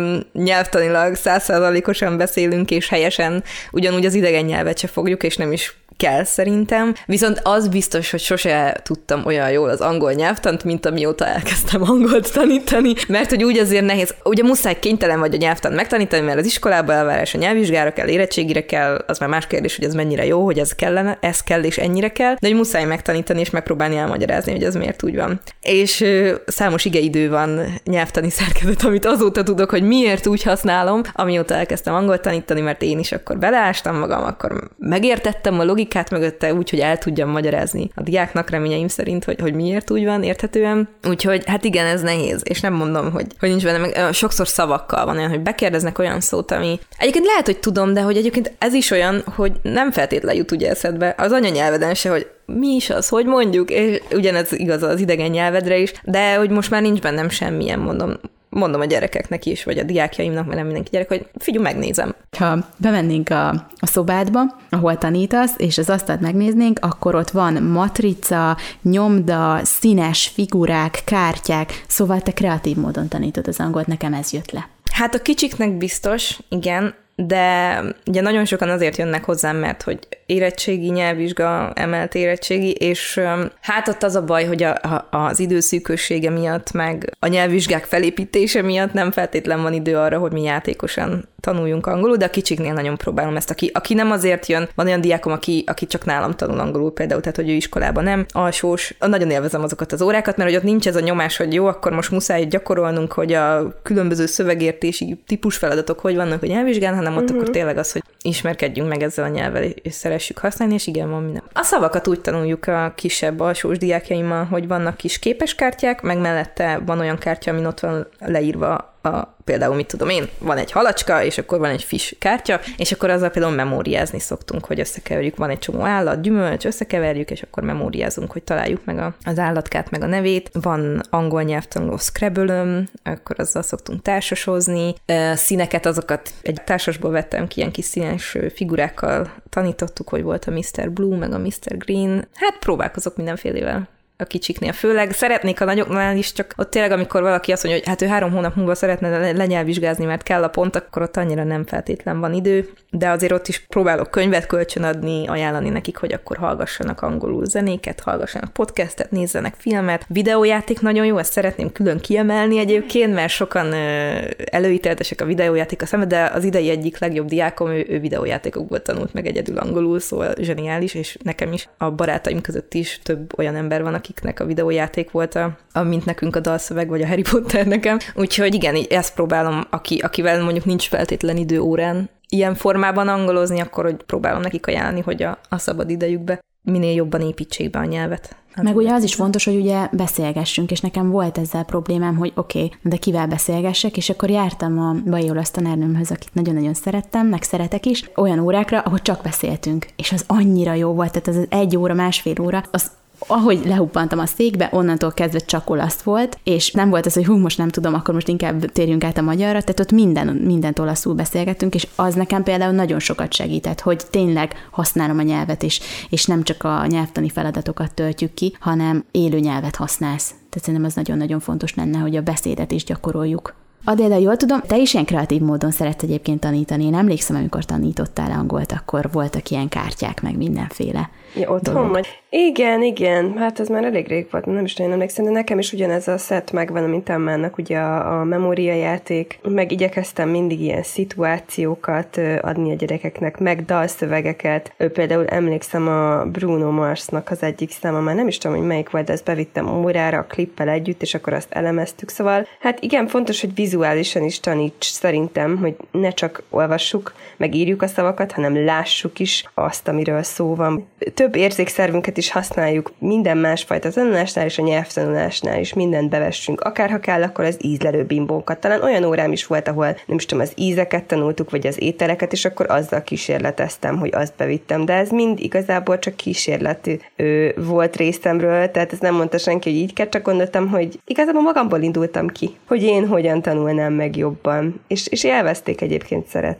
nyelvtanilag száz százalékosan beszélünk, és helyesen ugyanúgy az idegen nyelvet se fogjuk, és nem is kell szerintem. Viszont az biztos, hogy sose tudtam olyan jól az angol nyelvtant, mint amióta elkezdtem angolt tanítani, mert hogy úgy azért nehéz, ugye muszáj kénytelen vagy a nyelvtant megtanítani, mert az iskolába elvárás a nyelvvizsgára kell, érettségire kell, az már más kérdés, hogy ez mennyire jó, hogy ez kellene, ez kell és ennyire kell, de hogy muszáj megtanítani és megpróbálni elmagyarázni, hogy ez miért úgy van. És ö, számos igeidő van nyelvtani szerkezet, amit azóta tudok, hogy miért úgy használom, amióta elkezdtem angolt tanítani, mert én is akkor beleástam magam, akkor megértettem a logikát mögötte úgy, hogy el tudjam magyarázni a diáknak reményeim szerint, hogy, hogy miért úgy van, érthetően. Úgyhogy hát igen, ez nehéz, és nem mondom, hogy, hogy nincs benne, meg sokszor szavakkal van olyan, hogy bekérdeznek olyan szót, ami egyébként lehet, hogy tudom, de hogy egyébként ez is olyan, hogy nem feltétlenül jut ugye eszedbe az anyanyelveden se, hogy mi is az, hogy mondjuk, és ugyanez igaz az idegen nyelvedre is, de hogy most már nincs bennem semmilyen, mondom, mondom a gyerekeknek is, vagy a diákjaimnak, mert nem mindenki gyerek, hogy figyelj, megnézem. Ha bemennénk a, a szobádba, ahol tanítasz, és az asztalt megnéznénk, akkor ott van matrica, nyomda, színes figurák, kártyák, szóval te kreatív módon tanítod az angolt, nekem ez jött le. Hát a kicsiknek biztos, igen, de ugye nagyon sokan azért jönnek hozzám, mert hogy érettségi, nyelvvizsga, emelt érettségi, és hát ott az a baj, hogy a, a, az időszűkössége miatt, meg a nyelvvizsgák felépítése miatt nem feltétlen van idő arra, hogy mi játékosan tanuljunk angolul, de a kicsiknél nagyon próbálom ezt. Aki, aki nem azért jön, van olyan diákom, aki, aki csak nálam tanul angolul például, tehát hogy ő iskolában nem, alsós. Nagyon élvezem azokat az órákat, mert hogy ott nincs ez a nyomás, hogy jó, akkor most muszáj gyakorolnunk, hogy a különböző szövegértési típusfeladatok hogy vannak a nyelvvizsgán, hanem ott uh-huh. akkor tényleg az, hogy ismerkedjünk meg ezzel a nyelvvel, és szeressük használni, és igen, van minden. A szavakat úgy tanuljuk a kisebb alsós diákjaimmal, hogy vannak kis képeskártyák, meg mellette van olyan kártya, amin ott van leírva a, például, mit tudom én, van egy halacska, és akkor van egy fish kártya, és akkor azzal például memóriázni szoktunk, hogy összekeverjük, van egy csomó állat, gyümölcs, összekeverjük, és akkor memóriázunk, hogy találjuk meg a, az állatkát, meg a nevét. Van angol nyelvtanuló Scrabble-öm, akkor azzal szoktunk társasozni. Színeket, azokat egy társasból vettem ki, ilyen kis színes figurákkal tanítottuk, hogy volt a miszter Blue, meg a miszter Green. Hát próbálkozok mindenfélével. A kicsiknél főleg. Szeretnék a nagyoknál is, csak ott tényleg, amikor valaki azt mondja, hogy hát ő három hónap múlva szeretne lenyelvvizsgázni, mert kell a pont, akkor ott annyira nem feltétlen van idő, de azért ott is próbálok könyvet kölcsönadni, ajánlani nekik, hogy akkor hallgassanak angolul zenéket, hallgassanak podcastet, nézzenek filmet. Videójáték nagyon jó, ezt szeretném külön kiemelni egyébként, mert sokan előítéletesek a videójáték a szembe, de az idei egyik legjobb diákom, ő, ő videójátékokból tanult meg egyedül angolul, szóval zseniális, és nekem is a barátaim között is több olyan ember van, akiknek a videójáték volt, a, a, mint nekünk a dalszöveg, vagy a Harry Potter nekem. Úgyhogy igen, így ezt próbálom, aki, akivel mondjuk nincs feltétlen idő órán ilyen formában angolozni, akkor hogy próbálom nekik ajánlani, hogy a, a szabad idejükbe minél jobban építsék be a nyelvet. Meg ugye az is fontos, hogy ugye beszélgessünk, és nekem volt ezzel problémám, hogy oké, okay, de kivel beszélgessek, és akkor jártam a Bajai olasz tanárnőmhöz, akit nagyon-nagyon szerettem, meg szeretek is, olyan órákra, ahol csak beszéltünk, és az annyira jó volt, tehát az egy óra, másfél óra, az ahogy lehuppantam a székbe, onnantól kezdve csak olasz volt, és nem volt az, hogy hú, most nem tudom, akkor most inkább térjünk át a magyarra, tehát ott minden, mindent olaszul beszélgettünk, és az nekem például nagyon sokat segített, hogy tényleg használom a nyelvet, és, és nem csak a nyelvtani feladatokat töltjük ki, hanem élő nyelvet használsz. Tehát szerintem az nagyon-nagyon fontos lenne, hogy a beszédet is gyakoroljuk. Adél, de jól tudom, te is ilyen kreatív módon szeretsz egyébként tanítani. Én emlékszem, amikor tanítottál angolt, akkor voltak ilyen kártyák, meg mindenféle. Ja, otthon vagy? Igen, igen, hát ez már elég rég volt, nem is nagyon emlékszem, de nekem is ugyanez a szett megvan, mint Ammának, ugye a, a memóriajáték, meg igyekeztem mindig ilyen szituációkat adni a gyerekeknek, meg dalszövegeket. Ő például emlékszem a Bruno Marsnak az egyik száma, már nem is tudom, hogy melyik volt, de ezt bevittem órára a klippel együtt, és akkor azt elemeztük, szóval hát igen, fontos, hogy vizuálisan is taníts szerintem, hogy ne csak olvassuk, meg írjuk a szavakat, hanem lássuk is azt, amiről szó van. Több érzékszervünket is használjuk minden másfajta tanulásnál és a nyelvtanulásnál is, mindent bevessünk. Akárha kell, akkor az ízlelő bimbókat. Talán olyan órám is volt, ahol nem is tudom, az ízeket tanultuk, vagy az ételeket, és akkor azzal kísérleteztem, hogy azt bevittem. De ez mind igazából csak kísérletű ö, volt részemről, tehát ez nem mondta senki, hogy így kell, csak gondoltam, hogy igazából magamból indultam ki, hogy én hogyan tanulnám meg jobban. És, és élvezték egyébként, szerették.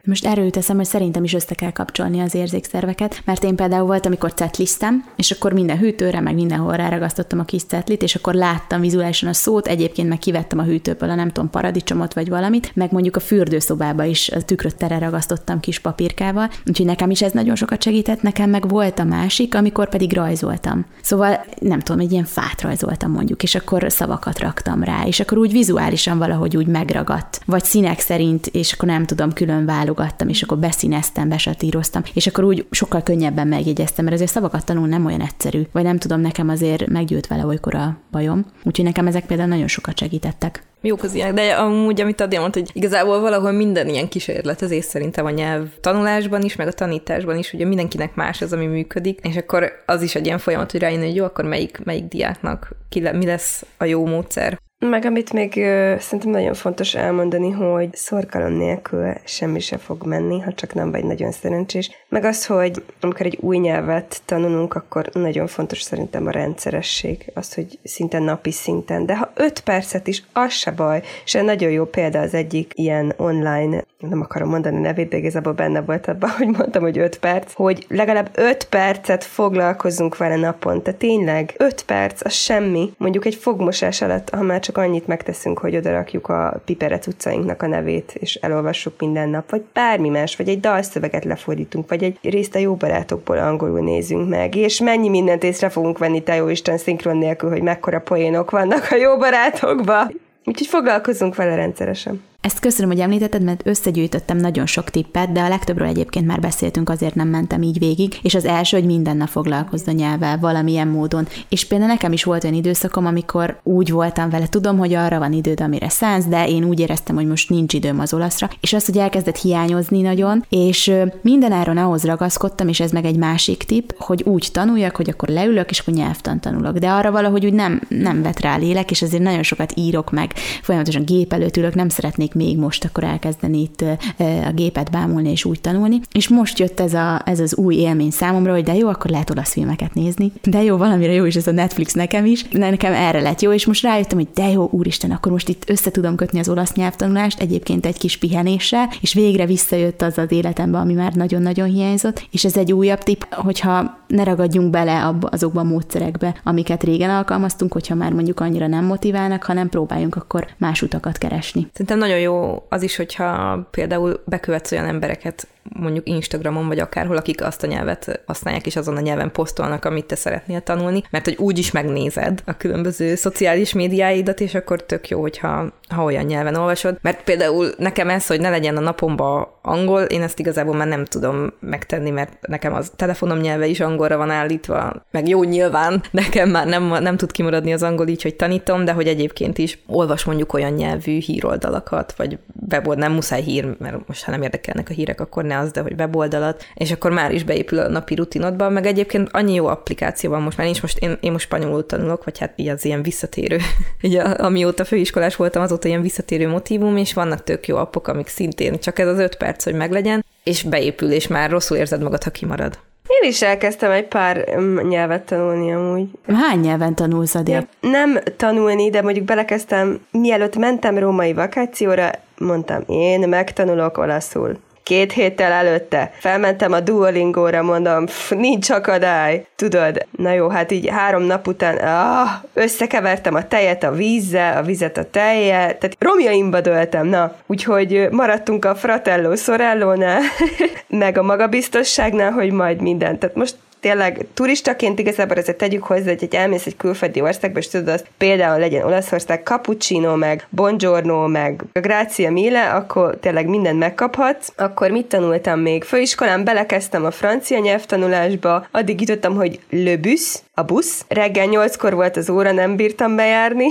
Most erről jut eszem, hogy szerintem is össze kell kapcsolni az érzékszerveket, mert én például volt, amikor cetliztem, és akkor minden hűtőre, meg mindenhol ráragasztottam a kis cetlit, és akkor láttam vizuálisan a szót, egyébként meg kivettem a hűtőből a nem tudom, paradicsomot vagy valamit, meg mondjuk a fürdőszobába is a tükröt teleragasztottam kis papírkával, úgyhogy nekem is ez nagyon sokat segített, nekem meg volt a másik, amikor pedig rajzoltam. Szóval nem tudom, egy ilyen fát rajzoltam mondjuk, és akkor szavakat raktam rá, és akkor úgy vizuálisan valahogy úgy megragadt, vagy színek szerint, és akkor nem tudom, külön válogattam, és akkor beszíneztem, besatíroztam, és akkor úgy sokkal könnyebben megjegyeztem, mert azért szavakat tanulni nem olyan egyszerű, vagy nem tudom, nekem azért meggyűlt vele olykor a bajom. Úgyhogy nekem ezek például nagyon sokat segítettek. Jók az ilyenek, de amúgy, amit Adél mondta, hogy igazából valahol minden ilyen kísérletezés szerintem a nyelv tanulásban is, meg a tanításban is, ugye mindenkinek más az, ami működik, és akkor az is egy ilyen folyamat, hogy rájön, hogy jó, akkor melyik, melyik diáknak ki le, mi lesz a jó módszer. Meg amit még ö, szerintem nagyon fontos elmondani, hogy szorgalom nélkül semmi se fog menni, ha csak nem vagy nagyon szerencsés. Meg az, hogy amikor egy új nyelvet tanulunk, akkor nagyon fontos szerintem a rendszeresség, az, hogy szinte napi szinten. De ha öt percet is, az se baj. És egy nagyon jó példa az egyik ilyen online, nem akarom mondani nevét, de igazából benne volt abban, hogy mondtam, hogy öt perc, hogy legalább öt percet foglalkozzunk vele naponta. Tényleg, öt perc, az semmi. Mondjuk egy fogmosás alatt, ha már csak annyit megteszünk, hogy odarakjuk a Piperet utcainknak a nevét, és elolvassuk minden nap, vagy bármi más, vagy egy dalszöveget lefordítunk, vagy egy részt a Jó barátokból angolul nézünk meg, és mennyi mindent észre fogunk venni, te jó Isten, szinkron nélkül, hogy mekkora poénok vannak a Jó barátokban. Úgyhogy foglalkozunk vele rendszeresen. Ezt köszönöm, hogy említetted, mert összegyűjtöttem nagyon sok tippet, de a legtöbbről egyébként már beszéltünk, azért nem mentem így végig, és az első, hogy minden nap foglalkozz a nyelvvel valamilyen módon. És például nekem is volt olyan időszakom, amikor úgy voltam vele, tudom, hogy arra van időd, amire szánsz, de én úgy éreztem, hogy most nincs időm az olaszra, és az, hogy elkezdett hiányozni nagyon, és mindenáron ahhoz ragaszkodtam, és ez meg egy másik tipp, hogy úgy tanuljak, hogy akkor leülök, és akkor nyelvtan tanulok. De arra valahogy úgy nem, nem vet rá lélek, és ezért nagyon sokat írok meg, folyamatosan gép előtt ülök, nem szeretnék még most akkor elkezdeni itt a gépet bámulni és úgy tanulni. És most jött ez, a, ez az új élmény számomra, hogy de jó, akkor lehet olasz filmeket nézni. De jó, valamire jó is ez a Netflix nekem is. De nekem erre lett jó, és most rájöttem, hogy de jó, úristen, akkor most itt össze tudom kötni az olasz nyelvtanulást, egyébként egy kis pihenéssel, és végre visszajött az az életembe, ami már nagyon-nagyon hiányzott. És ez egy újabb tipp, hogyha ne ragadjunk bele abba, azokba a módszerekbe, amiket régen alkalmaztunk, hogyha már mondjuk annyira nem motiválnak, hanem próbáljunk akkor más utakat keresni. Szerintem nagyon jó az is, hogyha például bekövetsz olyan embereket, mondjuk Instagramon, vagy akárhol, akik azt a nyelvet használják, és azon a nyelven posztolnak, amit te szeretnél tanulni, mert hogy úgy is megnézed a különböző szociális médiáidat, és akkor tök jó, hogyha ha olyan nyelven olvasod. Mert például nekem ez, hogy ne legyen a napomban angol, én ezt igazából már nem tudom megtenni, mert nekem az telefonom nyelve is angolra van állítva, meg jó nyilván, nekem már nem, nem tud kimaradni az angol így, hogy tanítom, de hogy egyébként is olvas mondjuk olyan nyelvű híroldalakat, vagy webold, nem muszáj hír, mert most ha nem érdekelnek a hírek, akkor ne az, de hogy weboldalat, és akkor már is beépül a napi rutinodba, meg egyébként annyi jó applikáció van most, mert én most, én, én most spanyolul tanulok, vagy hát így az ilyen visszatérő, ugye amióta főiskolás voltam, azóta ilyen visszatérő motívum, és vannak tök jó appok, amik szintén csak ez az öt perc, hogy meglegyen, és beépül, és már rosszul érzed magad, ha kimarad. Én is elkezdtem egy pár nyelvet tanulni amúgy. Hány nyelven tanulsz, Adél? Nem tanulni, de mondjuk belekezdtem, mielőtt mentem római vakációra, mondtam, én megtanulok olaszul. Két héttel előtte felmentem a Duolingóra, mondom, pff, nincs akadály, tudod. Na jó, hát így három nap után ah, összekevertem a tejet a vízzel, a vizet a tejjel, tehát romjaimba döltem, na. Úgyhogy maradtunk a Fratello Sorellónál, meg a magabiztosságnál, hogy majd mindent. Tehát most tényleg turistaként igazából azért tegyük hozzá, hogy egy elmész egy külföldi országba, és tudod, az például legyen Olaszország, cappuccino, meg buongiorno, meg grazie mille, akkor tényleg mindent megkaphatsz. Akkor mit tanultam még? Főiskolán belekezdtem a francia nyelvtanulásba, addig jutottam, hogy le bus, a busz. Reggel nyolckor volt az óra, nem bírtam bejárni.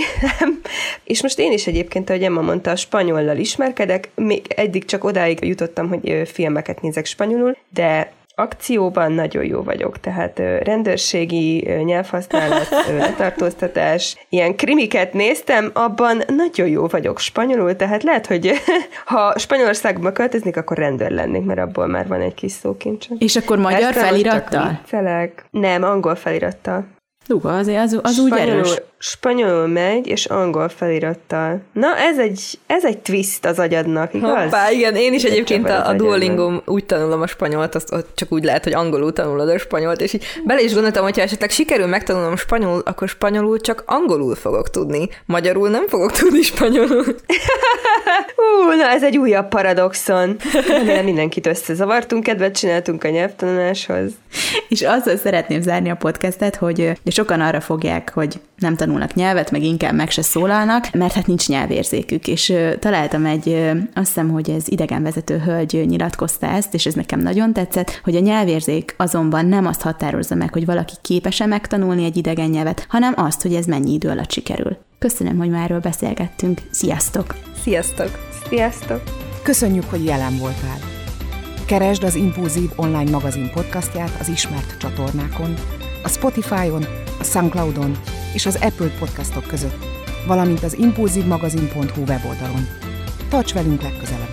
És most én is egyébként, ahogy Emma mondta, a spanyollal ismerkedek, még eddig csak odáig jutottam, hogy filmeket nézek spanyolul, de akcióban nagyon jó vagyok, tehát rendőrségi nyelvhasználat, letartóztatás, ilyen krimiket néztem, abban nagyon jó vagyok spanyolul, tehát lehet, hogy ha Spanyolországba költöznék, akkor rendőr lennék, mert abból már van egy kis szókincsem. És akkor magyar felirattal? Nem, angol felirattal. Duga, azért az, az úgy erős. spanyolul megy, és angol felirattal. Na, ez egy, ez egy twist az agyadnak, igaz? Hoppá, igen, én is egyébként a, a Duolingom úgy tanulom a spanyolt, azt csak úgy lehet, hogy angolul tanulod a spanyolt, és így bele is gondoltam, hogyha esetleg sikerül megtanulnom spanyolul, akkor spanyolul csak angolul fogok tudni. Magyarul nem fogok tudni spanyolul. Ú, na ez egy újabb paradoxon. Remélem mindenkit összezavartunk, kedvet csináltunk a nyelvtanuláshoz. És azzal szeretném zárni a podcastet, hogy sokan arra fogják, hogy nem tanulnak nyelvet, meg inkább meg se szólalnak, mert hát nincs nyelvérzékük. És találtam egy, azt hiszem, hogy ez idegenvezető hölgy nyilatkozta ezt, és ez nekem nagyon tetszett, hogy a nyelvérzék azonban nem azt határozza meg, hogy valaki képes-e megtanulni egy idegen nyelvet, hanem azt, hogy ez mennyi idő alatt sikerül. Köszönöm, hogy már erről beszélgettünk. Sziasztok! Sziasztok! Sziasztok! Köszönjük, hogy jelen voltál. Keresd az Impulzív online magazin podcastját az ismert csatornákon, a Spotify-on, a SoundCloud-on és az Apple podcastok között, valamint az impulzívmagazin pont hu weboldalon. Tarts velünk legközelebb!